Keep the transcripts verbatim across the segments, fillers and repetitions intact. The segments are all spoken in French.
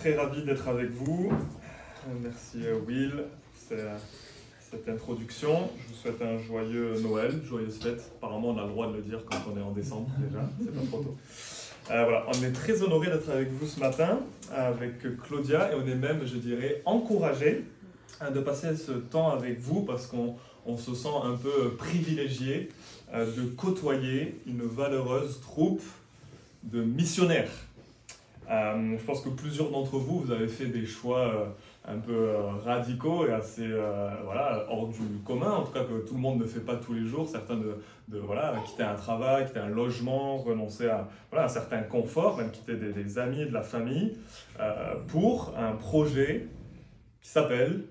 très ravi d'être avec vous. Merci Will pour cette introduction. Je vous souhaite un joyeux Noël, joyeuse fête. Apparemment, on a le droit de le dire quand on est en décembre déjà, c'est pas trop tôt. Euh, voilà, on est très honoré d'être avec vous ce matin, avec Claudia, et on est même, je dirais, encouragé de passer ce temps avec vous parce qu'on on se sent un peu privilégié euh, de côtoyer une valeureuse troupe de missionnaires. Euh, je pense que plusieurs d'entre vous, vous avez fait des choix euh, un peu euh, radicaux et assez euh, voilà, hors du commun, en tout cas que tout le monde ne fait pas tous les jours. Certains de, de voilà, quitter un travail, quitter un logement, renoncer à voilà, un certain confort, même quitter des, des amis, de la famille, euh, pour un projet qui s'appelle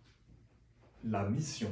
la mission.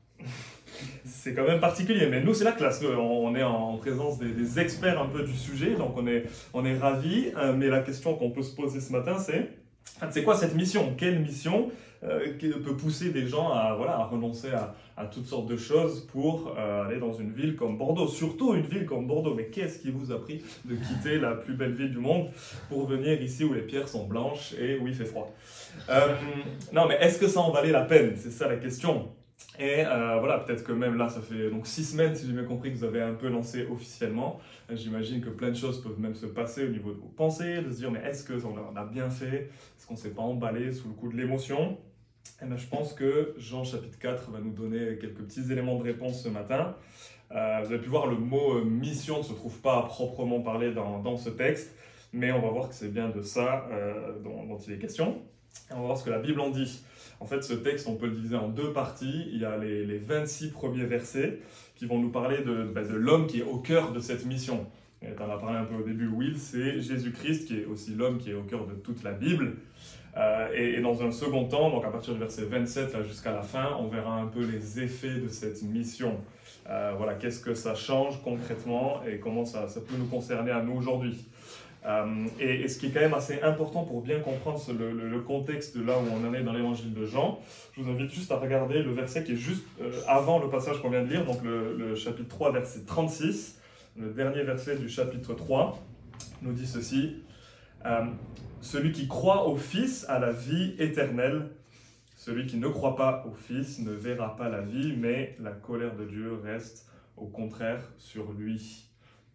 C'est quand même particulier, mais nous c'est la classe, on est en présence des, des experts un peu du sujet, donc on est, on est ravis, euh, mais la question qu'on peut se poser ce matin c'est, c'est quoi cette mission? Quelle mission euh, qui peut pousser des gens à, voilà, à renoncer à, à toutes sortes de choses pour euh, aller dans une ville comme Bordeaux, surtout une ville comme Bordeaux, mais qu'est-ce qui vous a pris de quitter la plus belle ville du monde pour venir ici où les pierres sont blanches et où il fait froid? euh, Non mais est-ce que ça en valait la peine? C'est ça la question. Et euh, voilà, peut-être que même là, ça fait donc six semaines, si j'ai bien compris, que vous avez un peu lancé officiellement. J'imagine que plein de choses peuvent même se passer au niveau de vos pensées, de se dire, mais est-ce qu'on a bien fait? Est-ce qu'on ne s'est pas emballé sous le coup de l'émotion? Et bien, je pense que Jean chapitre quatre va nous donner quelques petits éléments de réponse ce matin. Euh, vous avez pu voir, le mot euh, mission ne se trouve pas à proprement parler dans, dans ce texte, mais on va voir que c'est bien de ça euh, dont, dont il est question. Et on va voir ce que la Bible en dit. En fait, ce texte, on peut le diviser en deux parties. Il y a les, les vingt-six premiers versets qui vont nous parler de, bah, de l'homme qui est au cœur de cette mission. Tu en as parlé un peu au début, Will, c'est Jésus-Christ qui est aussi l'homme qui est au cœur de toute la Bible. Euh, et, et dans un second temps, donc à partir du verset vingt-sept là, jusqu'à la fin, on verra un peu les effets de cette mission. Euh, voilà, qu'est-ce que ça change concrètement et comment ça, ça peut nous concerner à nous aujourd'hui. Euh, et, et ce qui est quand même assez important pour bien comprendre ce, le, le, le contexte de là où on en est dans l'évangile de Jean, je vous invite juste à regarder le verset qui est juste euh, avant le passage qu'on vient de lire, donc le, le chapitre trois, verset trente-six, le dernier verset du chapitre trois, nous dit ceci, euh, « Celui qui croit au Fils a la vie éternelle, celui qui ne croit pas au Fils ne verra pas la vie, mais la colère de Dieu reste au contraire sur lui. »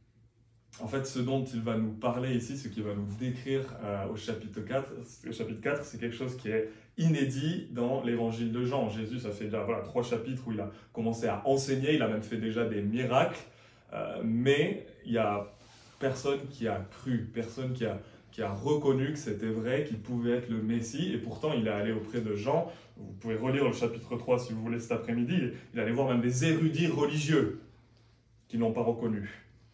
En fait, ce dont il va nous parler ici, ce qu'il va nous décrire euh, au chapitre quatre, au chapitre quatre, c'est quelque chose qui est inédit dans l'évangile de Jean. Jésus, ça fait déjà voilà, trois chapitres où il a commencé à enseigner, il a même fait déjà des miracles, euh, mais il n'y a personne qui a cru, personne qui a, qui a reconnu que c'était vrai, qu'il pouvait être le Messie, et pourtant il est allé auprès de Jean. Vous pouvez relire le chapitre trois si vous voulez cet après-midi, il allait voir même des érudits religieux qui ne l'ont pas reconnu.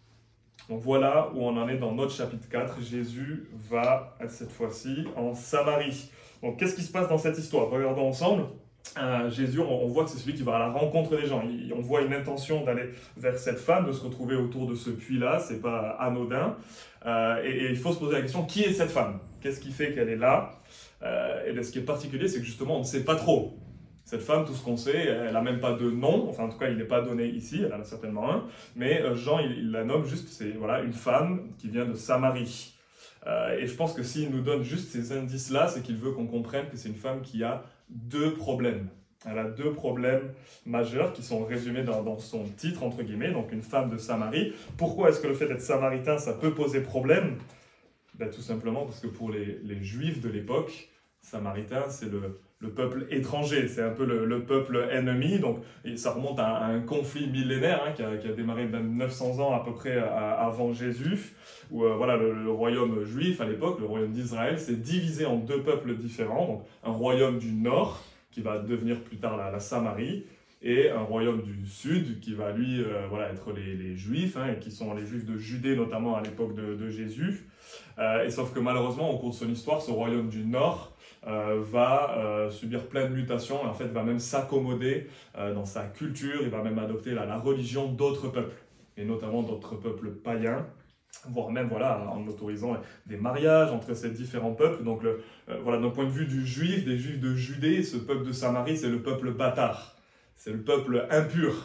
Donc voilà où on en est dans notre chapitre quatre. Jésus va, cette fois-ci, en Samarie. Donc qu'est-ce qui se passe dans cette histoire? Regardons ensemble. Euh, Jésus, on, on voit que c'est celui qui va à la rencontre des gens. Il, on voit une intention d'aller vers cette femme, de se retrouver autour de ce puits-là. C'est pas anodin. Euh, et, et il faut se poser la question, qui est cette femme? Qu'est-ce qui fait qu'elle est là? euh, Et bien, ce qui est particulier, c'est que justement, on ne sait pas trop. Cette femme, tout ce qu'on sait, elle n'a même pas de nom, enfin en tout cas il n'est pas donné ici, elle en a certainement un, mais Jean il, il la nomme juste, c'est voilà, une femme qui vient de Samarie. Euh, et je pense que s'il nous donne juste ces indices-là, c'est qu'il veut qu'on comprenne que c'est une femme qui a deux problèmes. Elle a deux problèmes majeurs qui sont résumés dans, dans son titre, entre guillemets, donc une femme de Samarie. Pourquoi est-ce que le fait d'être samaritain, ça peut poser problème? Ben, tout simplement parce que pour les, les Juifs de l'époque, samaritain, c'est le... le peuple étranger, c'est un peu le, le peuple ennemi, donc et ça remonte à, à un conflit millénaire hein, qui, a, qui a démarré même neuf cents ans à peu près à, avant Jésus, où euh, voilà, le, le royaume juif à l'époque, le royaume d'Israël, s'est divisé en deux peuples différents, donc un royaume du nord, qui va devenir plus tard la, la Samarie, et un royaume du sud, qui va lui euh, voilà, être les, les juifs, hein, et qui sont les juifs de Judée notamment à l'époque de, de Jésus, euh, et sauf que malheureusement au cours de son histoire, ce royaume du nord, Euh, va euh, subir plein de mutations et en fait va même s'accommoder euh, dans sa culture, il va même adopter la, la religion d'autres peuples, et notamment d'autres peuples païens, voire même voilà, en autorisant des mariages entre ces différents peuples. Donc le, euh, voilà, d'un point de vue du juif, des juifs de Judée, ce peuple de Samarie, c'est le peuple bâtard, c'est le peuple impur,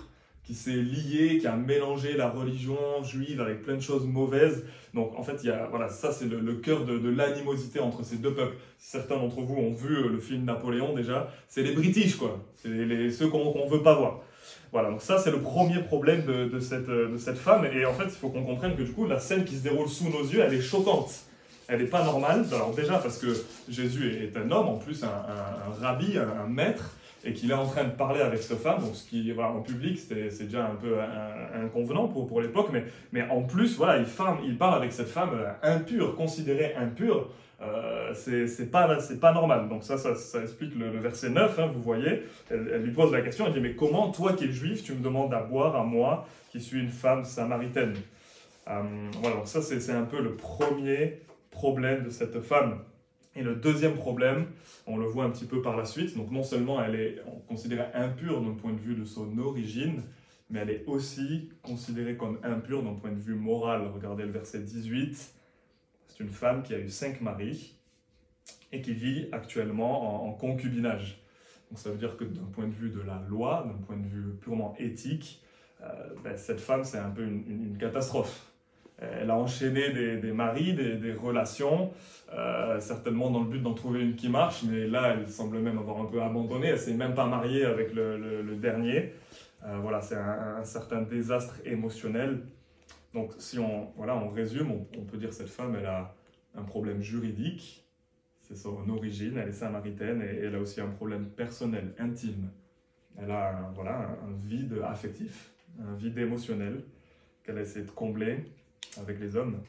qui s'est lié, qui a mélangé la religion juive avec plein de choses mauvaises. Donc en fait, il y a, voilà, ça c'est le, le cœur de, de l'animosité entre ces deux peuples. Certains d'entre vous ont vu le film Napoléon déjà, c'est les British quoi, c'est les, les, ceux qu'on ne veut pas voir. Voilà, donc ça c'est le premier problème de, de, cette, de cette femme, et en fait il faut qu'on comprenne que du coup la scène qui se déroule sous nos yeux, elle est choquante. Elle n'est pas normale, alors déjà parce que Jésus est un homme, en plus un, un, un rabbi, un, un maître, et qu'il est en train de parler avec cette femme, donc ce qui, voilà, en public, c'est, c'est déjà un peu un, inconvenant pour, pour l'époque, mais, mais en plus, voilà, il, femme, il parle avec cette femme impure, considérée impure, euh, c'est, c'est, pas, c'est pas normal. Donc ça, ça, ça explique le, le verset neuf, hein, vous voyez, elle, elle lui pose la question, elle dit, mais comment, toi qui es juif, tu me demandes à boire à moi, qui suis une femme samaritaine? euh, Voilà, donc ça, c'est, c'est un peu le premier problème de cette femme. Et le deuxième problème, on le voit un petit peu par la suite, donc non seulement elle est considérée impure d'un point de vue de son origine, mais elle est aussi considérée comme impure d'un point de vue moral. Regardez le verset dix-huit, c'est une femme qui a eu cinq maris et qui vit actuellement en, en concubinage. Donc ça veut dire que d'un point de vue de la loi, d'un point de vue purement éthique, euh, ben, cette femme c'est un peu une, une, une catastrophe. Elle a enchaîné des, des maris, des, des relations, euh, certainement dans le but d'en trouver une qui marche, mais là, elle semble même avoir un peu abandonné. Elle ne s'est même pas mariée avec le, le, le dernier. Euh, voilà, c'est un, un certain désastre émotionnel. Donc, si on, voilà, on résume, on, on peut dire que cette femme, elle a un problème juridique, c'est son origine, elle est samaritaine, et elle a aussi un problème personnel, intime. Elle a un, voilà, un, un vide affectif, un vide émotionnel qu'elle essaie de combler avec les hommes.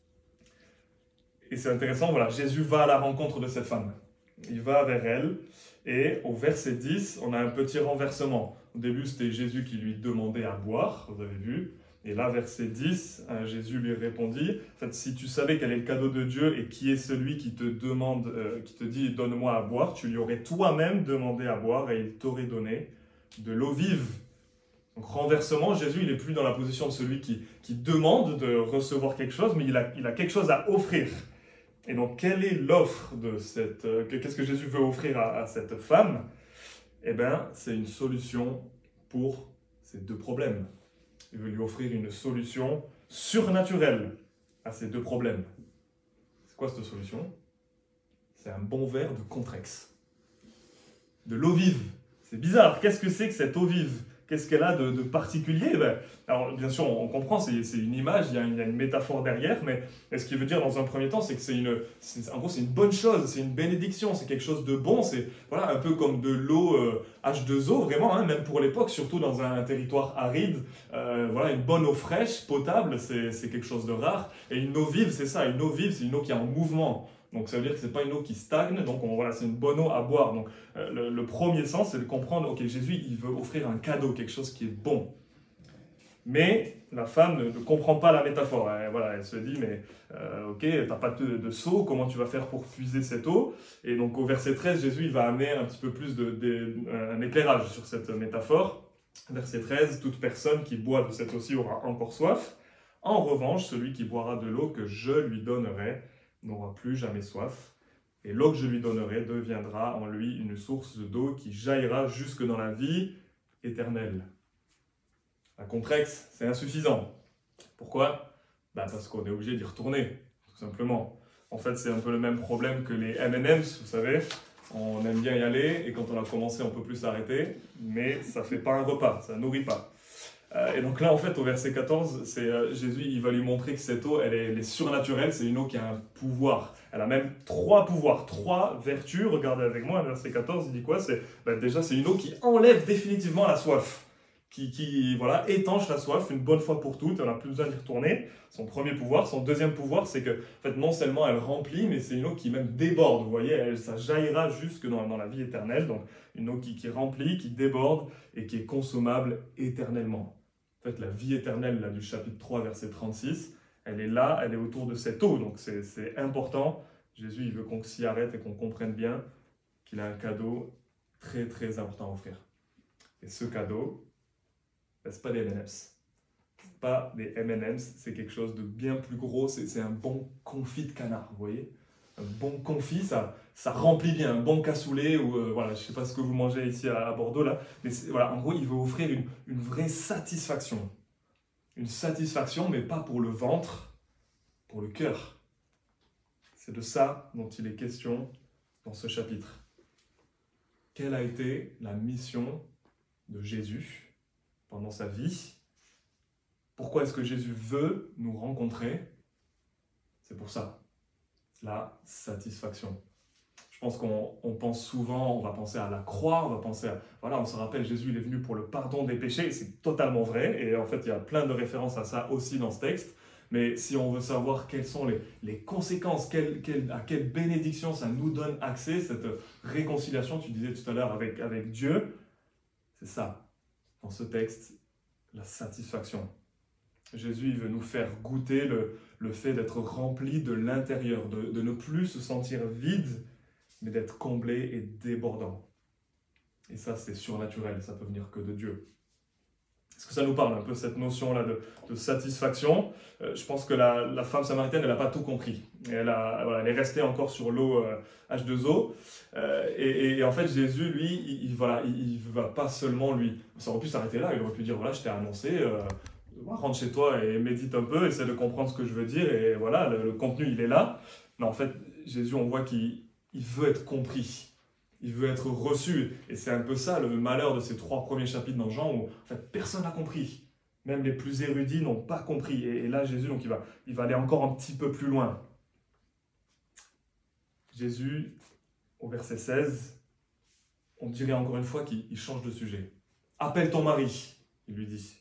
Et c'est intéressant, voilà, Jésus va à la rencontre de cette femme. Il va vers elle, et au verset dix, on a un petit renversement. Au début, c'était Jésus qui lui demandait à boire, vous avez vu. Et là, verset dix, Jésus lui répondit, en fait, si tu savais quel est le cadeau de Dieu et qui est celui qui te demande, euh, qui te dit, donne-moi à boire, tu lui aurais toi-même demandé à boire et il t'aurait donné de l'eau vive. Donc renversement, Jésus, il n'est plus dans la position de celui qui, qui demande de recevoir quelque chose, mais il a, il a quelque chose à offrir. Et donc, quelle est l'offre de cette... Euh, qu'est-ce que Jésus veut offrir à, à cette femme? Eh bien, c'est une solution pour ces deux problèmes. Il veut lui offrir une solution surnaturelle à ces deux problèmes. C'est quoi cette solution? C'est un bon verre de Contrex. De l'eau vive. C'est bizarre, qu'est-ce que c'est que cette eau vive? Qu'est-ce qu'elle a de, de particulier? Ben, alors, bien sûr, on comprend, c'est, c'est une image, il y, a, il y a une métaphore derrière, mais ce qu'il veut dire dans un premier temps, c'est que c'est une, c'est, en gros, c'est une bonne chose, c'est une bénédiction, c'est quelque chose de bon, c'est voilà, un peu comme de l'eau euh, H deux O, vraiment, hein, même pour l'époque, surtout dans un, un territoire aride. Euh, voilà, une bonne eau fraîche, potable, c'est, c'est quelque chose de rare. Et une eau vive, c'est ça, une eau vive, c'est une eau qui est en mouvement. Donc ça veut dire que ce n'est pas une eau qui stagne, donc on, voilà, c'est une bonne eau à boire. Donc euh, le, le premier sens, c'est de comprendre, ok, Jésus, il veut offrir un cadeau, quelque chose qui est bon. Mais la femme ne, ne comprend pas la métaphore. Elle, voilà, elle se dit, mais euh, ok, tu n'as pas de, de seau, comment tu vas faire pour puiser cette eau? Et donc au verset treize, Jésus il va amener un petit peu plus de, de, un éclairage sur cette métaphore. Verset treize, toute personne qui boit de cette eau-ci aura encore soif. En revanche, celui qui boira de l'eau que je lui donnerai n'aura plus jamais soif, et l'eau que je lui donnerai deviendra en lui une source d'eau qui jaillira jusque dans la vie éternelle. Un Contrex, c'est insuffisant. Pourquoi? Ben parce qu'on est obligé d'y retourner, tout simplement. En fait, c'est un peu le même problème que les M and M's, vous savez. On aime bien y aller, et quand on a commencé, on ne peut plus s'arrêter, mais ça ne fait pas un repas, ça ne nourrit pas. Euh, et donc là, en fait, au verset quatorze, c'est, euh, Jésus il va lui montrer que cette eau, elle est, elle est surnaturelle, c'est une eau qui a un pouvoir. Elle a même trois pouvoirs, trois vertus. Regardez avec moi, verset quatorze, il dit quoi? C'est, bah, déjà, c'est une eau qui enlève définitivement la soif, qui, qui voilà, étanche la soif une bonne fois pour toutes, on n'a plus besoin d'y retourner. Son premier pouvoir. Son deuxième pouvoir, c'est que en fait, non seulement elle remplit, mais c'est une eau qui même déborde, vous voyez, elle, ça jaillira jusque dans, dans la vie éternelle. Donc une eau qui, qui remplit, qui déborde et qui est consommable éternellement. En fait, la vie éternelle là, du chapitre trois, verset trente-six, elle est là, elle est autour de cette eau. Donc c'est, c'est important. Jésus, il veut qu'on s'y arrête et qu'on comprenne bien qu'il a un cadeau très, très important à offrir. Et ce cadeau, ben, ce n'est pas des M and M's. Ce n'est pas des M and M's, c'est quelque chose de bien plus gros. C'est, c'est un bon confit de canard, vous voyez. un bon confit, ça, ça remplit bien, un bon cassoulet, ou euh, voilà, je ne sais pas ce que vous mangez ici à, à Bordeaux, là, mais voilà, en gros, il veut offrir une, une vraie satisfaction. Une satisfaction, mais pas pour le ventre, pour le cœur. C'est de ça dont il est question dans ce chapitre. Quelle a été la mission de Jésus pendant sa vie? Pourquoi est-ce que Jésus veut nous rencontrer? C'est pour ça, la satisfaction. Je pense qu'on on pense souvent, on va penser à la croix, on va penser à, voilà, on se rappelle, Jésus il est venu pour le pardon des péchés, c'est totalement vrai, et en fait il y a plein de références à ça aussi dans ce texte, mais si on veut savoir quelles sont les, les conséquences, quelle, quelle, à quelle bénédiction ça nous donne accès, cette réconciliation, tu disais tout à l'heure, avec, avec Dieu, c'est ça, dans ce texte, la satisfaction. Jésus il veut nous faire goûter le, le fait d'être rempli de l'intérieur, de, de ne plus se sentir vide, mais d'être comblé et débordant. Et ça, c'est surnaturel, ça peut venir que de Dieu. Est-ce que ça nous parle un peu, cette notion-là de, de satisfaction? euh, Je pense que la, la femme samaritaine, elle n'a pas tout compris. Elle, a, voilà, elle est restée encore sur l'eau euh, H deux O. Euh, et, et en fait, Jésus, lui, il ne voilà, il, il va pas seulement lui... Ça aurait pu s'arrêter là, il aurait pu dire, voilà, je t'ai annoncé... Euh, rentre chez toi et médite un peu, essaie de comprendre ce que je veux dire, et voilà, le, le contenu, il est là. Mais en fait, Jésus, on voit qu'il il veut être compris, il veut être reçu, et c'est un peu ça le malheur de ces trois premiers chapitres dans Jean, où en fait, personne n'a compris. Même les plus érudits n'ont pas compris. Et, et là, Jésus, donc, il va, il va aller encore un petit peu plus loin. Jésus, au verset seize, on dirait encore une fois qu'il change de sujet. « Appelle ton mari », il lui dit.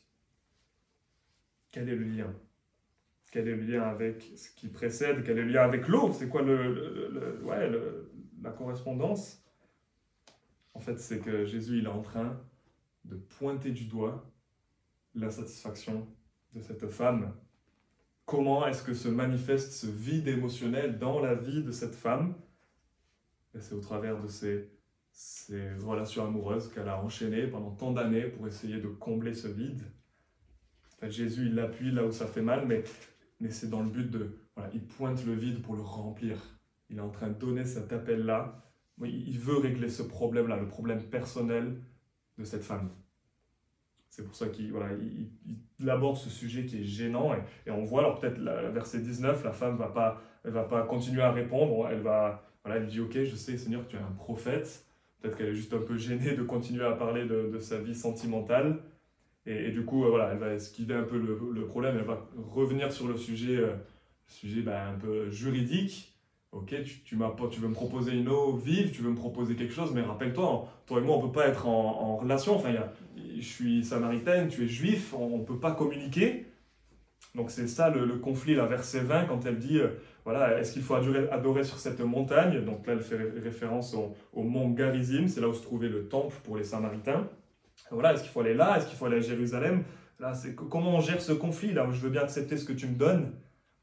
Quel est le lien? Quel est le lien avec ce qui précède? Quel est le lien avec l'eau? C'est quoi le, le, le, ouais, le, la correspondance? En fait, c'est que Jésus il est en train de pointer du doigt l'insatisfaction de cette femme. Comment est-ce que se manifeste ce vide émotionnel dans la vie de cette femme? Et c'est au travers de ces, ces relations amoureuses qu'elle a enchaînées pendant tant d'années pour essayer de combler ce vide. En fait, Jésus, il l'appuie là où ça fait mal, mais, mais c'est dans le but de... Voilà, il pointe le vide pour le remplir. Il est en train de donner cet appel-là. Il veut régler ce problème-là, le problème personnel de cette femme. C'est pour ça qu'il voilà, il, il aborde ce sujet qui est gênant. Et, et on voit, alors peut-être, la, verset dix-neuf, la femme ne va pas, elle va pas continuer à répondre. Elle va, voilà, elle dit, ok, je sais, Seigneur, tu es un prophète. Peut-être qu'elle est juste un peu gênée de continuer à parler de, de sa vie sentimentale. Et, et du coup, euh, voilà, elle va esquiver un peu le, le problème, elle va revenir sur le sujet, euh, sujet ben, un peu juridique. Ok, tu, tu, m'as, tu veux me proposer une eau vive, tu veux me proposer quelque chose, mais rappelle-toi, toi et moi, on ne peut pas être en, en relation. Enfin, y a, je suis samaritaine, tu es juif, on ne peut pas communiquer. Donc c'est ça le, le conflit, la verset vingt, quand elle dit, euh, voilà, est-ce qu'il faut adorer, adorer sur cette montagne? Donc là, elle fait référence au, au mont Garizim, c'est là où se trouvait le temple pour les Samaritains. Voilà, est-ce qu'il faut aller là? Est-ce qu'il faut aller à Jérusalem? Là, c'est comment on gère ce conflit là où je veux bien accepter ce que tu me donnes?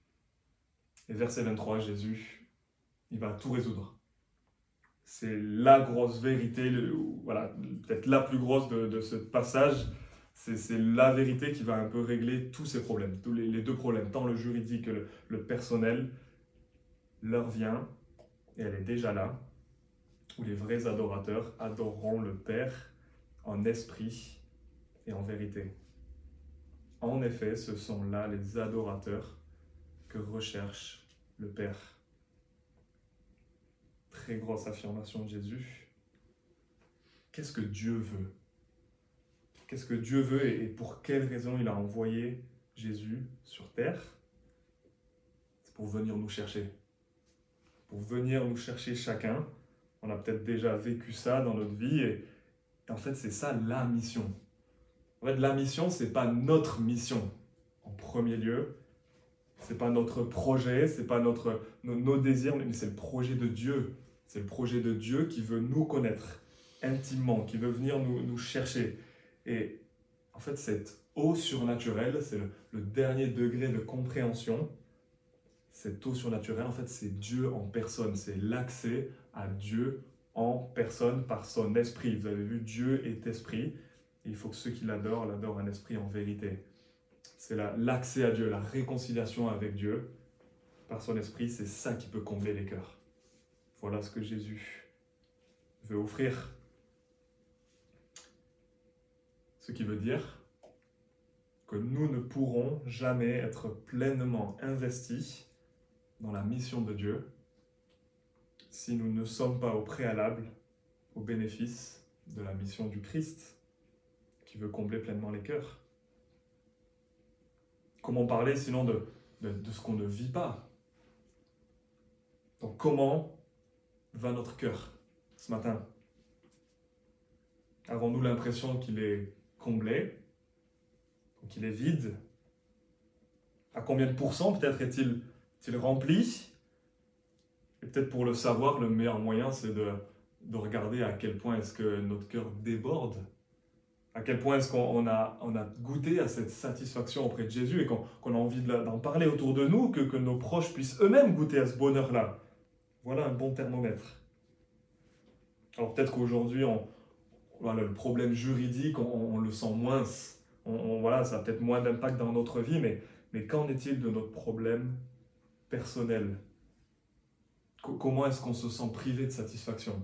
Et verset vingt-trois, Jésus, il va tout résoudre. C'est la grosse vérité, le, voilà, peut-être la plus grosse de, de ce passage. C'est, c'est la vérité qui va un peu régler tous ces problèmes, tous les, les deux problèmes, tant le juridique que le, le personnel. L'heure vient, et elle est déjà là, où les vrais adorateurs adoreront le Père en esprit et en vérité. En effet, ce sont là les adorateurs que recherche le Père. Très grosse affirmation de Jésus. Qu'est-ce que Dieu veut? Qu'est-ce que Dieu veut et pour quelle raison il a envoyé Jésus sur terre? C'est pour venir nous chercher. Pour venir nous chercher chacun. On a peut-être déjà vécu ça dans notre vie et en fait, c'est ça la mission. En fait, la mission, ce n'est pas notre mission en premier lieu. Ce n'est pas notre projet, ce n'est pas notre, nos, nos désirs, mais c'est le projet de Dieu. C'est le projet de Dieu qui veut nous connaître intimement, qui veut venir nous, nous chercher. Et en fait, cette eau surnaturelle, c'est le, le dernier degré de compréhension. Cette eau surnaturelle, en fait, c'est Dieu en personne. C'est l'accès à Dieu en personne par son esprit. Vous avez vu, Dieu est esprit. Et il faut que ceux qui l'adorent, l'adorent en esprit en vérité. C'est la, l'accès à Dieu, la réconciliation avec Dieu. par son esprit, c'est ça qui peut combler les cœurs. Voilà ce que Jésus veut offrir. Ce qui veut dire que nous ne pourrons jamais être pleinement investis dans la mission de Dieu si nous ne sommes pas au préalable au bénéfice de la mission du Christ qui veut combler pleinement les cœurs. Comment parler sinon de, de, de ce qu'on ne vit pas? Donc comment va notre cœur ce matin? Avons-nous l'impression qu'il est comblé, qu'il est vide? À combien de pourcents peut-être est-il, est-il rempli? Et peut-être pour le savoir, le meilleur moyen c'est de, de regarder à quel point est-ce que notre cœur déborde. À quel point est-ce qu'on a, on a goûté à cette satisfaction auprès de Jésus et qu'on, qu'on a envie de, d'en parler autour de nous, que, que nos proches puissent eux-mêmes goûter à ce bonheur-là. Voilà un bon thermomètre. Alors peut-être qu'aujourd'hui, on, voilà, le problème juridique, on, on le sent moins. On, on, voilà, ça a peut-être moins d'impact dans notre vie, mais, mais qu'en est-il de notre problème personnel? C- Comment est-ce qu'on se sent privé de satisfaction?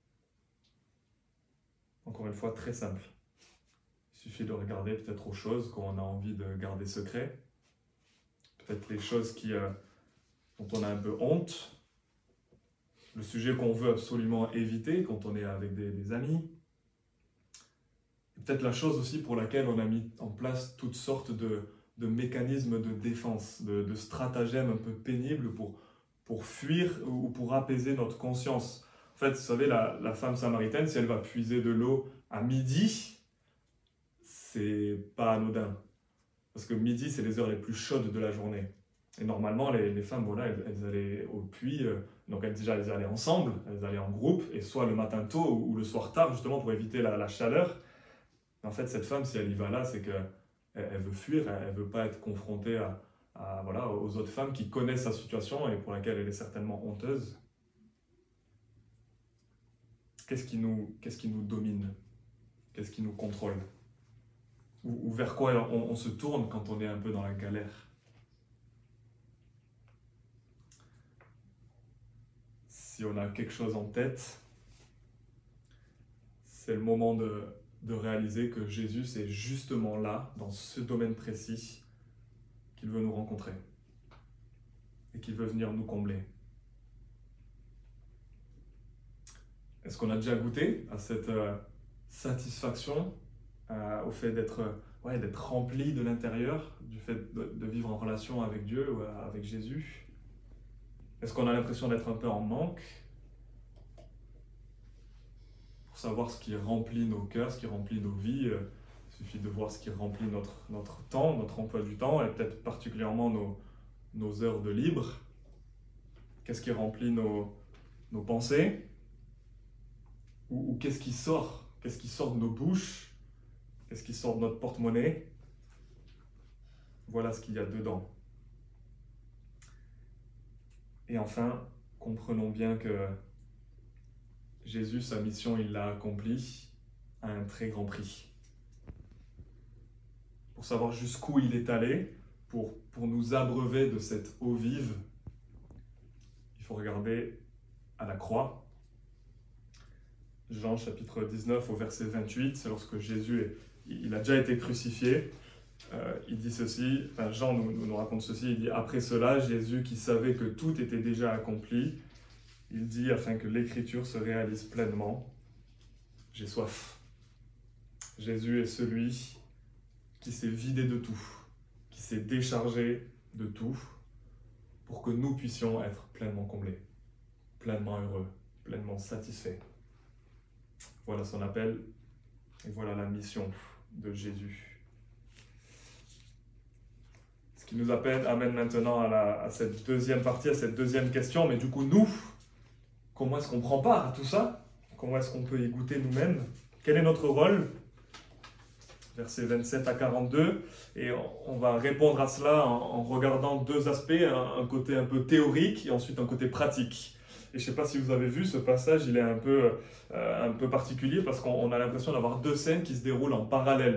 Encore une fois, très simple. Il suffit de regarder peut-être aux choses qu'on a envie de garder secrets, peut-être les choses qui, euh, dont on a un peu honte, le sujet qu'on veut absolument éviter quand on est avec des, des amis, et peut-être la chose aussi pour laquelle on a mis en place toutes sortes de, de mécanismes de défense, de, de stratagèmes un peu pénibles pour, pour fuir ou pour apaiser notre conscience. En fait, vous savez, la, la femme samaritaine, si elle va puiser de l'eau à midi, c'est pas anodin. Parce que midi, c'est les heures les plus chaudes de la journée. Et normalement, les, les femmes, voilà, elles, elles allaient au puits, euh, donc elles, déjà, elles allaient ensemble, elles allaient en groupe, et soit le matin tôt ou, ou le soir tard, justement, pour éviter la, la chaleur. Mais en fait, cette femme, si elle y va là, c'est qu'elle elle veut fuir, elle ne veut pas être confrontée à, à, voilà, aux autres femmes qui connaissent sa situation et pour laquelle elle est certainement honteuse. Qu'est-ce qui nous, qu'est-ce qui nous domine? Qu'est-ce qui nous contrôle? Ou, ou vers quoi on, on se tourne quand on est un peu dans la galère? Si on a quelque chose en tête, c'est le moment de, de réaliser que Jésus, c'est justement là, dans ce domaine précis, qu'il veut nous rencontrer et qu'il veut venir nous combler. Est-ce qu'on a déjà goûté à cette euh, satisfaction, euh, au fait d'être, euh, ouais, d'être rempli de l'intérieur, du fait de, de vivre en relation avec Dieu ou euh, avec Jésus? Est-ce qu'on a l'impression d'être un peu en manque? Pour savoir ce qui remplit nos cœurs, ce qui remplit nos vies, euh, il suffit de voir ce qui remplit notre, notre temps, notre emploi du temps, et peut-être particulièrement nos, nos heures de libre. Qu'est-ce qui remplit nos, nos pensées? Ou, ou qu'est-ce qui sort? Qu'est-ce qui sort de nos bouches? Qu'est-ce qui sort de notre porte-monnaie? Voilà ce qu'il y a dedans. Et enfin, comprenons bien que Jésus, sa mission, il l'a accomplie à un très grand prix. Pour savoir jusqu'où il est allé, pour, pour nous abreuver de cette eau vive, il faut regarder à la croix. Jean chapitre dix-neuf au verset vingt-huit, c'est lorsque Jésus est, il a déjà été crucifié. Euh, il dit ceci, enfin Jean nous, nous raconte ceci, il dit « Après cela, Jésus, qui savait que tout était déjà accompli, il dit, afin que l'écriture se réalise pleinement, j'ai soif. » Jésus est celui qui s'est vidé de tout, qui s'est déchargé de tout, pour que nous puissions être pleinement comblés, pleinement heureux, pleinement satisfaits. Voilà son appel, et voilà la mission de Jésus. Ce qui nous appelle, amène maintenant à, la, à cette deuxième partie, à cette deuxième question, mais du coup, nous, comment est-ce qu'on prend part à tout ça? Comment est-ce qu'on peut y goûter nous-mêmes? Quel est notre rôle? Versets vingt-sept à quarante-deux, et on va répondre à cela en, en regardant deux aspects, un, un côté un peu théorique et ensuite un côté pratique. Et je ne sais pas si vous avez vu, ce passage, il est un peu, euh, un peu particulier parce qu'on a l'impression d'avoir deux scènes qui se déroulent en parallèle.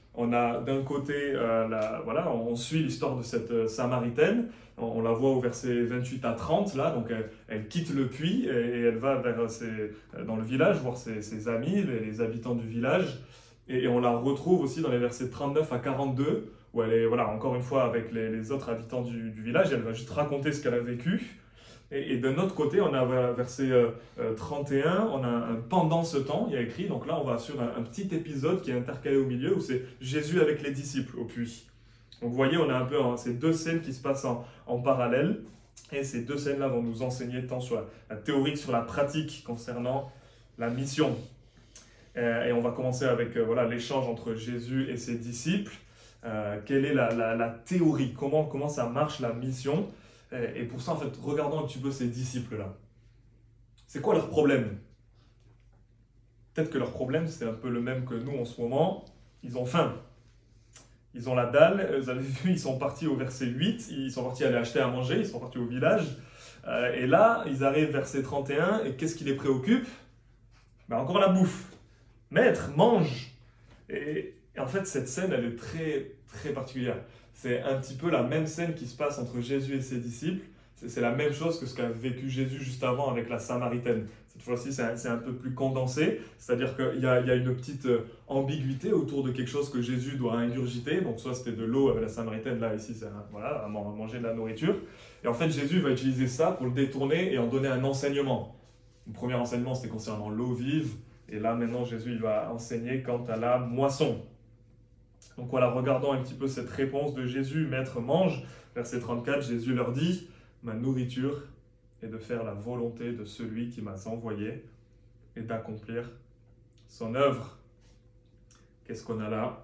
On a d'un côté, euh, la, voilà, on suit l'histoire de cette euh, Samaritaine. On, on la voit au verset vingt-huit à trente, là. Donc, elle, elle quitte le puits et, et elle va vers ses, dans le village, voir ses, ses amis, les, les habitants du village. Et, et on la retrouve aussi dans les versets trente-neuf à quarante-deux, où elle est, voilà, encore une fois, avec les, les autres habitants du, du village. Elle va juste raconter ce qu'elle a vécu. Et, et de notre côté, on a verset euh, trente et un, on a un pendant ce temps, il y a écrit, donc là on va sur un, un petit épisode qui est intercalé au milieu, où c'est Jésus avec les disciples au puits. Donc vous voyez, on a un peu hein, ces deux scènes qui se passent en, en parallèle, et ces deux scènes-là vont nous enseigner tant sur la, la théorie que sur la pratique concernant la mission. Euh, et on va commencer avec euh, voilà, l'échange entre Jésus et ses disciples. Euh, quelle est la, la, la théorie, comment, comment ça marche la mission? Et pour ça, en fait, regardons un petit peu ces disciples-là. C'est quoi leur problème? Peut-être que leur problème, c'est un peu le même que nous en ce moment. Ils ont faim. Ils ont la dalle. Vous avez vu, ils sont partis au verset huit. Ils sont partis aller acheter à manger. Ils sont partis au village. Et là, ils arrivent verset trente et un. Et qu'est-ce qui les préoccupe? Ben, encore la bouffe. Maître, mange. Et, et en fait, cette scène, elle est très, très particulière. C'est un petit peu la même scène qui se passe entre Jésus et ses disciples. C'est la même chose que ce qu'a vécu Jésus juste avant avec la Samaritaine. Cette fois-ci, c'est un, un peu plus condensé, c'est-à-dire qu'il y, y a une petite ambiguïté autour de quelque chose que Jésus doit ingurgiter. Donc soit c'était de l'eau avec la Samaritaine, là ici c'est voilà, à manger de la nourriture. Et en fait, Jésus va utiliser ça pour le détourner et en donner un enseignement. Le premier enseignement, c'était concernant l'eau vive. Et là, maintenant, Jésus il va enseigner quant à la moisson. Donc voilà, regardons un petit peu cette réponse de Jésus. Maître, mange. Verset trente-quatre, Jésus leur dit, ma nourriture est de faire la volonté de celui qui m'a envoyé et d'accomplir son œuvre. Qu'est-ce qu'on a là?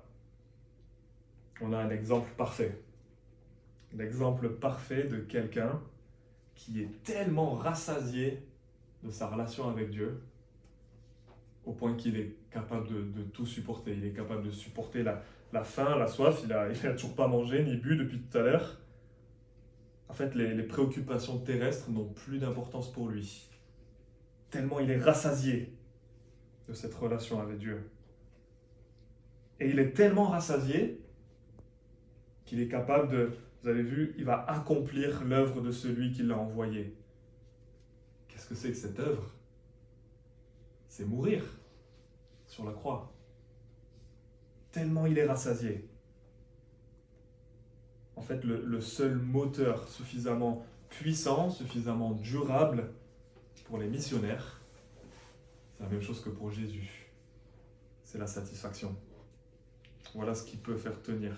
On a un exemple parfait. L'exemple parfait de quelqu'un qui est tellement rassasié de sa relation avec Dieu, au point qu'il est capable de, de tout supporter. Il est capable de supporter la, la faim, la soif. Il n'a il a toujours pas mangé ni bu depuis tout à l'heure. En fait, les, les préoccupations terrestres n'ont plus d'importance pour lui. Tellement il est rassasié de cette relation avec Dieu. Et il est tellement rassasié qu'il est capable de, vous avez vu, il va accomplir l'œuvre de celui qui l'a envoyé. Qu'est-ce que c'est que cette œuvre? C'est mourir sur la croix. Tellement il est rassasié. En fait, le, le seul moteur suffisamment puissant, suffisamment durable pour les missionnaires, c'est la même chose que pour Jésus. C'est la satisfaction. Voilà ce qui peut faire tenir.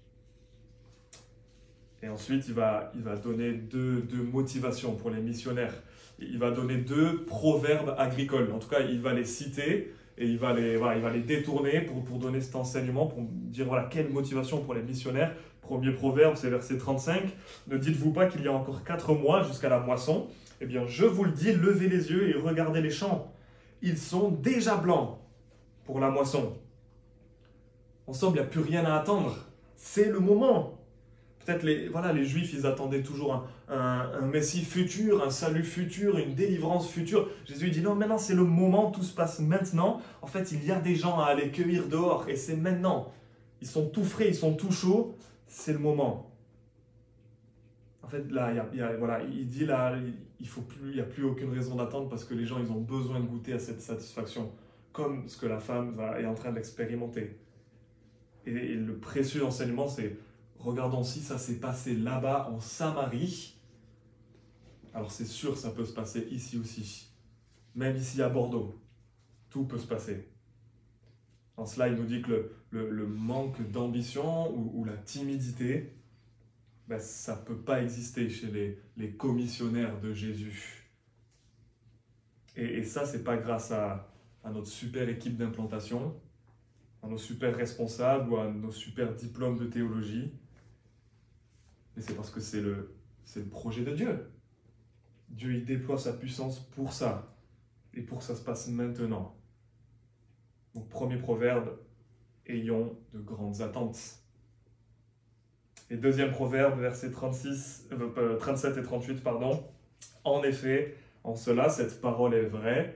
Et ensuite, il va, il va donner deux, deux motivations pour les missionnaires. Il va donner deux proverbes agricoles. En tout cas, il va les citer et il va les, voilà, il va les détourner pour, pour donner cet enseignement, pour dire voilà, quelle motivation pour les missionnaires. Premier proverbe, c'est verset trente-cinq. Ne dites-vous pas qu'il y a encore quatre mois jusqu'à la moisson? Eh bien, je vous le dis, levez les yeux et regardez les champs. Ils sont déjà blancs pour la moisson. Ensemble, il n'y a plus rien à attendre. C'est le moment. Peut-être les, voilà, les Juifs, ils attendaient toujours un, un, un Messie futur, un salut futur, une délivrance future. Jésus dit non, maintenant c'est le moment, tout se passe maintenant. En fait, il y a des gens à aller cueillir dehors et c'est maintenant. Ils sont tout frais, ils sont tout chauds, c'est le moment. En fait, là, il, y a, il, y a, voilà, il dit là, il faut plus, il n'y a plus aucune raison d'attendre parce que les gens, ils ont besoin de goûter à cette satisfaction, comme ce que la femme va, est en train d'expérimenter. Et, et le précieux enseignement, c'est regardons si ça s'est passé là-bas en Samarie. Alors c'est sûr, ça peut se passer ici aussi. Même ici à Bordeaux. Tout peut se passer. En cela, il nous dit que le, le, le manque d'ambition ou, ou la timidité, ben, ça ne peut pas exister chez les, les commissionnaires de Jésus. Et, et ça, ce n'est pas grâce à, à notre super équipe d'implantation, à nos super responsables ou à nos super diplômes de théologie. Mais c'est parce que c'est le, c'est le projet de Dieu. Dieu, il déploie sa puissance pour ça. Et pour que ça se passe maintenant. Donc, premier proverbe, ayons de grandes attentes. Et deuxième proverbe, versets trente-six, euh, trente-sept et trente-huit, pardon. En effet, en cela, cette parole est vraie.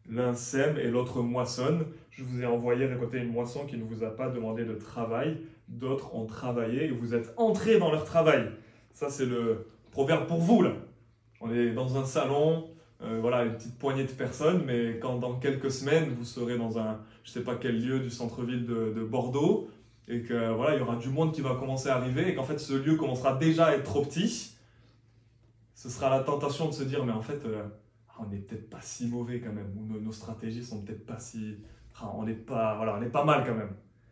L'un sème et l'autre moissonne. Je vous ai envoyé récolter une moisson qui ne vous a pas demandé de travail. D'autres ont travaillé et vous êtes entrés dans leur travail. Ça, c'est le proverbe pour vous, là. On est dans un salon, euh, voilà, une petite poignée de personnes, mais quand dans quelques semaines, vous serez dans un, je ne sais pas quel lieu du centre-ville de, de Bordeaux, et que voilà, il y aura du monde qui va commencer à arriver, et qu'en fait, ce lieu commencera déjà à être trop petit, ce sera la tentation de se dire, mais en fait, euh, on n'est peut-être pas si mauvais quand même, ou nos, nos stratégies sont peut-être pas si... Ah, on n'est pas, voilà, on est pas mal quand même.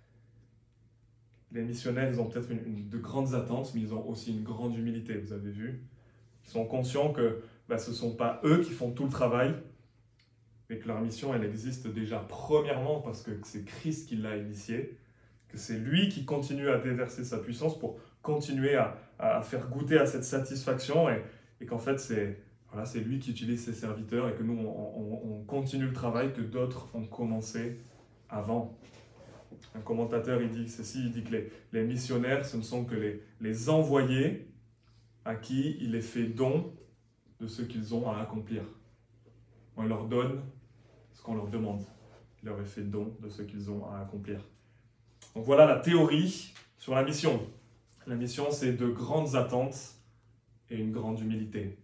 Les missionnaires, ils ont peut-être une, une, de grandes attentes, mais ils ont aussi une grande humilité, vous avez vu. Ils sont conscients que bah, ce ne sont pas eux qui font tout le travail, mais que leur mission, elle existe déjà premièrement parce que c'est Christ qui l'a initié, que c'est lui qui continue à déverser sa puissance pour continuer à, à faire goûter à cette satisfaction, et, et qu'en fait, c'est, voilà, c'est lui qui utilise ses serviteurs, et que nous, on, on, on continue le travail que d'autres ont commencé avant. Un commentateur, il dit ceci, il dit que les, les missionnaires, ce ne sont que les, les envoyés à qui il est fait don de ce qu'ils ont à accomplir. On leur donne ce qu'on leur demande. Il leur est fait don de ce qu'ils ont à accomplir. Donc voilà la théorie sur la mission. La mission, c'est de grandes attentes et une grande humilité.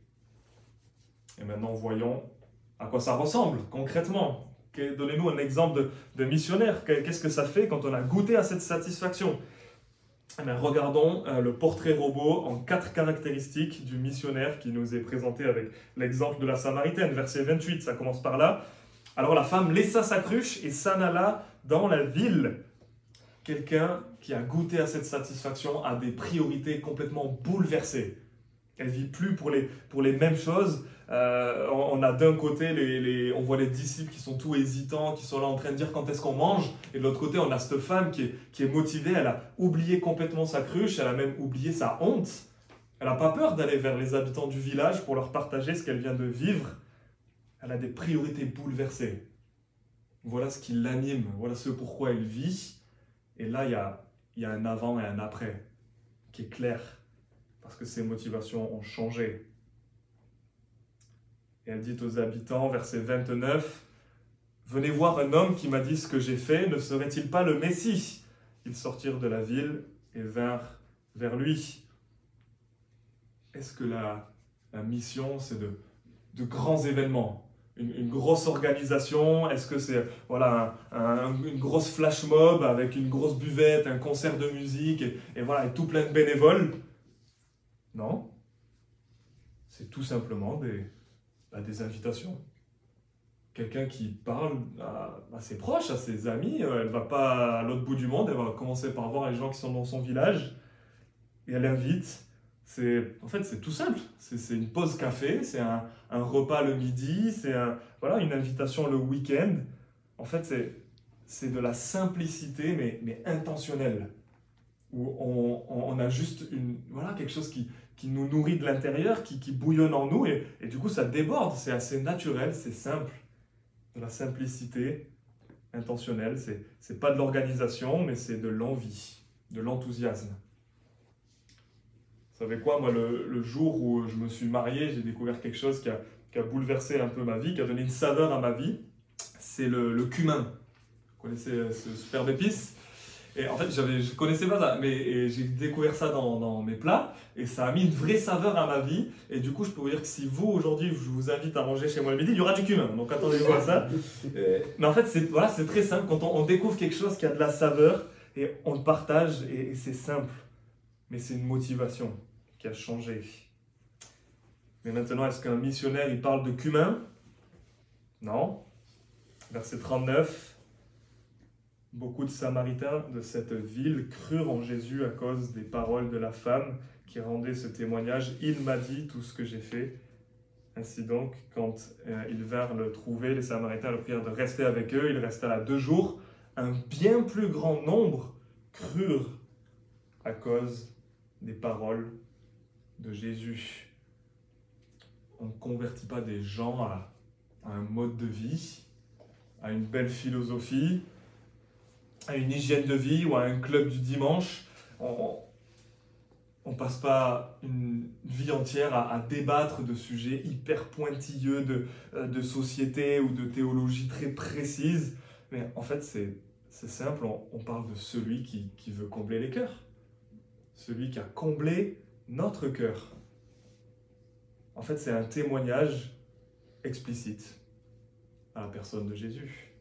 Et maintenant, voyons à quoi ça ressemble concrètement. Donnez-nous un exemple de, de missionnaire. Qu'est-ce que ça fait quand on a goûté à cette satisfaction ? Eh bien, regardons euh, le portrait robot en quatre caractéristiques du missionnaire qui nous est présenté avec l'exemple de la Samaritaine. Verset vingt-huit, ça commence par là. Alors la femme laissa sa cruche et s'en alla dans la ville. Quelqu'un qui a goûté à cette satisfaction a des priorités complètement bouleversées. Elle ne vit plus pour les, pour les mêmes choses. Euh, on, on a d'un côté, les, les, on voit les disciples qui sont tout hésitants, qui sont là en train de dire quand est-ce qu'on mange. Et de l'autre côté, on a cette femme qui est, qui est motivée. Elle a oublié complètement sa cruche. Elle a même oublié sa honte. Elle n'a pas peur d'aller vers les habitants du village pour leur partager ce qu'elle vient de vivre. Elle a des priorités bouleversées. Voilà ce qui l'anime. Voilà ce pourquoi elle vit. Et là, il y a, il y a un avant et un après qui est clair. Parce que ses motivations ont changé. Et elle dit aux habitants, verset vingt-neuf, « Venez voir un homme qui m'a dit ce que j'ai fait, ne serait-il pas le Messie ?» Ils sortirent de la ville et vinrent vers lui. Est-ce que la, la mission, c'est de, de grands événements, une, une grosse organisation? Est-ce que c'est voilà, un, un, une grosse flash mob avec une grosse buvette, un concert de musique et, et, voilà, et tout plein de bénévoles? Non, c'est tout simplement des, bah, des invitations. Quelqu'un qui parle à, à ses proches, à ses amis, elle ne va pas à l'autre bout du monde, elle va commencer par voir les gens qui sont dans son village, et elle invite. C'est, en fait, c'est tout simple, c'est, c'est une pause café, c'est un, un repas le midi, c'est un, voilà, une invitation le week-end. En fait, c'est, c'est de la simplicité, mais, mais intentionnelle, où on, on a juste une, voilà, quelque chose qui... qui nous nourrit de l'intérieur, qui, qui bouillonne en nous, et, et du coup ça déborde, c'est assez naturel, c'est simple. De la simplicité intentionnelle, c'est, c'est pas de l'organisation, mais c'est de l'envie, de l'enthousiasme. Vous savez quoi, moi le, le jour où je me suis marié, j'ai découvert quelque chose qui a, qui a bouleversé un peu ma vie, qui a donné une saveur à ma vie, c'est le, le cumin. Vous connaissez ce superbe épice ? Et en fait, j'avais, je ne connaissais pas ça, mais j'ai découvert ça dans, dans mes plats, et ça a mis une vraie saveur à ma vie. Et du coup, je peux vous dire que si vous, aujourd'hui, je vous invite à manger chez moi le midi, il y aura du cumin, donc attendez-vous à ça. Mais en fait, c'est, voilà, c'est très simple, quand on, on découvre quelque chose qui a de la saveur, et on le partage, et, et c'est simple. Mais c'est une motivation qui a changé. Mais maintenant, est-ce qu'un missionnaire, il parle de cumin? Non. Verset trente-neuf. Beaucoup de Samaritains de cette ville crurent en Jésus à cause des paroles de la femme qui rendait ce témoignage. Il m'a dit tout ce que j'ai fait. Ainsi donc, quand euh, ils vinrent le trouver, les Samaritains le prirent de rester avec eux. Il resta là deux jours. Un bien plus grand nombre crurent à cause des paroles de Jésus. On ne convertit pas des gens à, à un mode de vie, à une belle philosophie, à une hygiène de vie ou à un club du dimanche. On, on passe pas une vie entière à, à débattre de sujets hyper pointilleux de, de société ou de théologie très précise. Mais en fait, c'est, c'est simple, on, on parle de celui qui, qui veut combler les cœurs. Celui qui a comblé notre cœur. En fait, c'est un témoignage explicite à la personne de Jésus.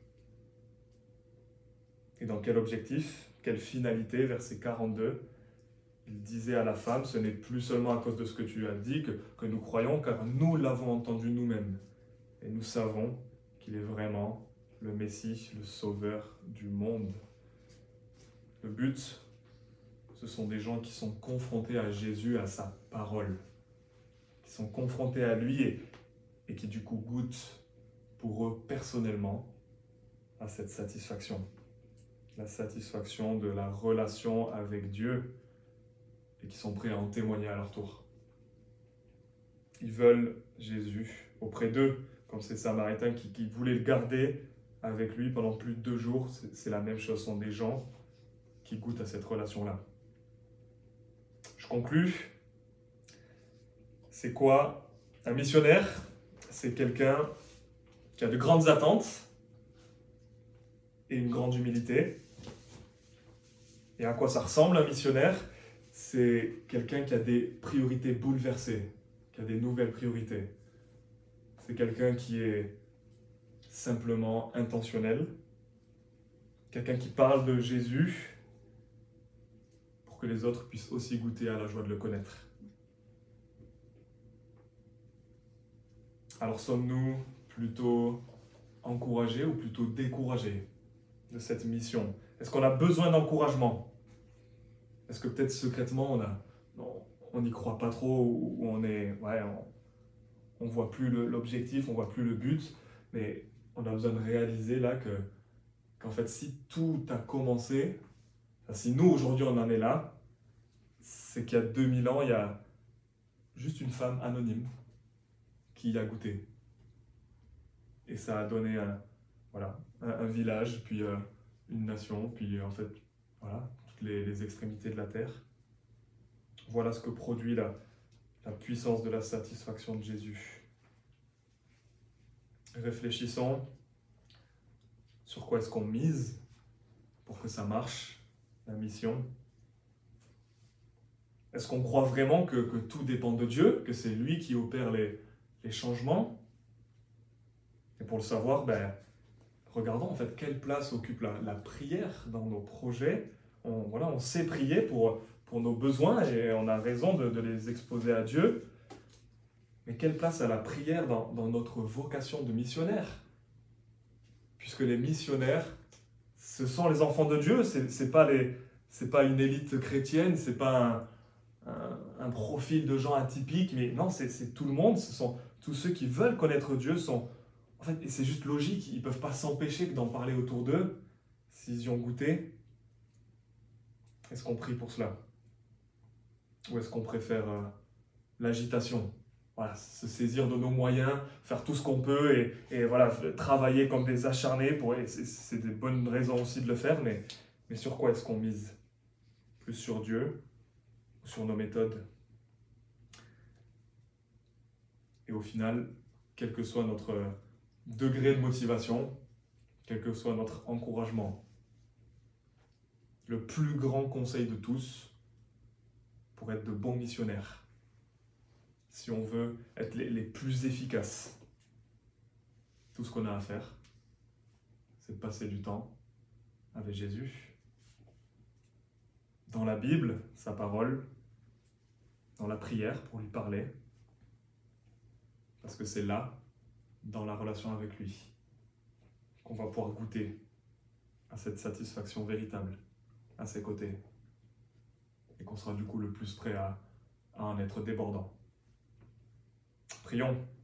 Et dans quel objectif, quelle finalité, verset quarante-deux, il disait à la femme, ce n'est plus seulement à cause de ce que tu as dit que, que nous croyons, car nous l'avons entendu nous-mêmes. Et nous savons qu'il est vraiment le Messie, le Sauveur du monde. Le but, ce sont des gens qui sont confrontés à Jésus, à sa parole, qui sont confrontés à lui et, et qui du coup goûtent pour eux personnellement à cette satisfaction. La satisfaction de la relation avec Dieu et qui sont prêts à en témoigner à leur tour. Ils veulent Jésus auprès d'eux, comme ces Samaritains qui, qui voulaient le garder avec lui pendant plus de deux jours. C'est, c'est la même chose, ce sont des gens qui goûtent à cette relation-là. Je conclus. C'est quoi un missionnaire? C'est quelqu'un qui a de grandes attentes et une grande humilité. Et à quoi ça ressemble un missionnaire? C'est quelqu'un qui a des priorités bouleversées, qui a des nouvelles priorités. C'est quelqu'un qui est simplement intentionnel, quelqu'un qui parle de Jésus pour que les autres puissent aussi goûter à la joie de le connaître. Alors sommes-nous plutôt encouragés ou plutôt découragés de cette mission? Est-ce qu'on a besoin d'encouragement? Est-ce que peut-être secrètement on a, on n'y croit pas trop ou on est, ouais, on, on voit plus le, l'objectif, on voit plus le but, mais on a besoin de réaliser là que qu'en fait si tout a commencé, enfin, si nous aujourd'hui on en est là, c'est qu'il y a deux mille ans il y a juste une femme anonyme qui y a goûté et ça a donné un, voilà, un, un village, puis euh, une nation, puis euh, en fait voilà. Les, les extrémités de la terre. Voilà ce que produit la, la puissance de la satisfaction de Jésus. Réfléchissons sur quoi est-ce qu'on mise pour que ça marche, la mission. Est-ce qu'on croit vraiment que, que tout dépend de Dieu, que c'est lui qui opère les, les changements? Et pour le savoir, ben, regardons en fait quelle place occupe la, la prière dans nos projets. On, voilà, on sait prier pour, pour nos besoins et on a raison de, de les exposer à Dieu. Mais quelle place a la prière dans, dans notre vocation de missionnaire? Puisque les missionnaires, ce sont les enfants de Dieu, c'est, c'est pas les, c'est pas une élite chrétienne, c'est pas un, un, un profil de gens atypiques, mais non, c'est, c'est tout le monde, ce sont tous ceux qui veulent connaître Dieu. Sont, en fait, et c'est juste logique, ils ne peuvent pas s'empêcher d'en parler autour d'eux s'ils y ont goûté. Est-ce qu'on prie pour cela? Ou est-ce qu'on préfère euh, l'agitation? Voilà, se saisir de nos moyens, faire tout ce qu'on peut et, et voilà, travailler comme des acharnés. Pour, et c'est, c'est des bonnes raisons aussi de le faire, mais, mais sur quoi est-ce qu'on mise? Plus sur Dieu ou sur nos méthodes? Et au final, quel que soit notre degré de motivation, quel que soit notre encouragement, le plus grand conseil de tous pour être de bons missionnaires, si on veut être les, les plus efficaces, tout ce qu'on a à faire, c'est de passer du temps avec Jésus, dans la Bible, sa parole, dans la prière pour lui parler, parce que c'est là, dans la relation avec lui, qu'on va pouvoir goûter à cette satisfaction véritable à ses côtés et qu'on sera du coup le plus prêt à, à en être débordant. Prions.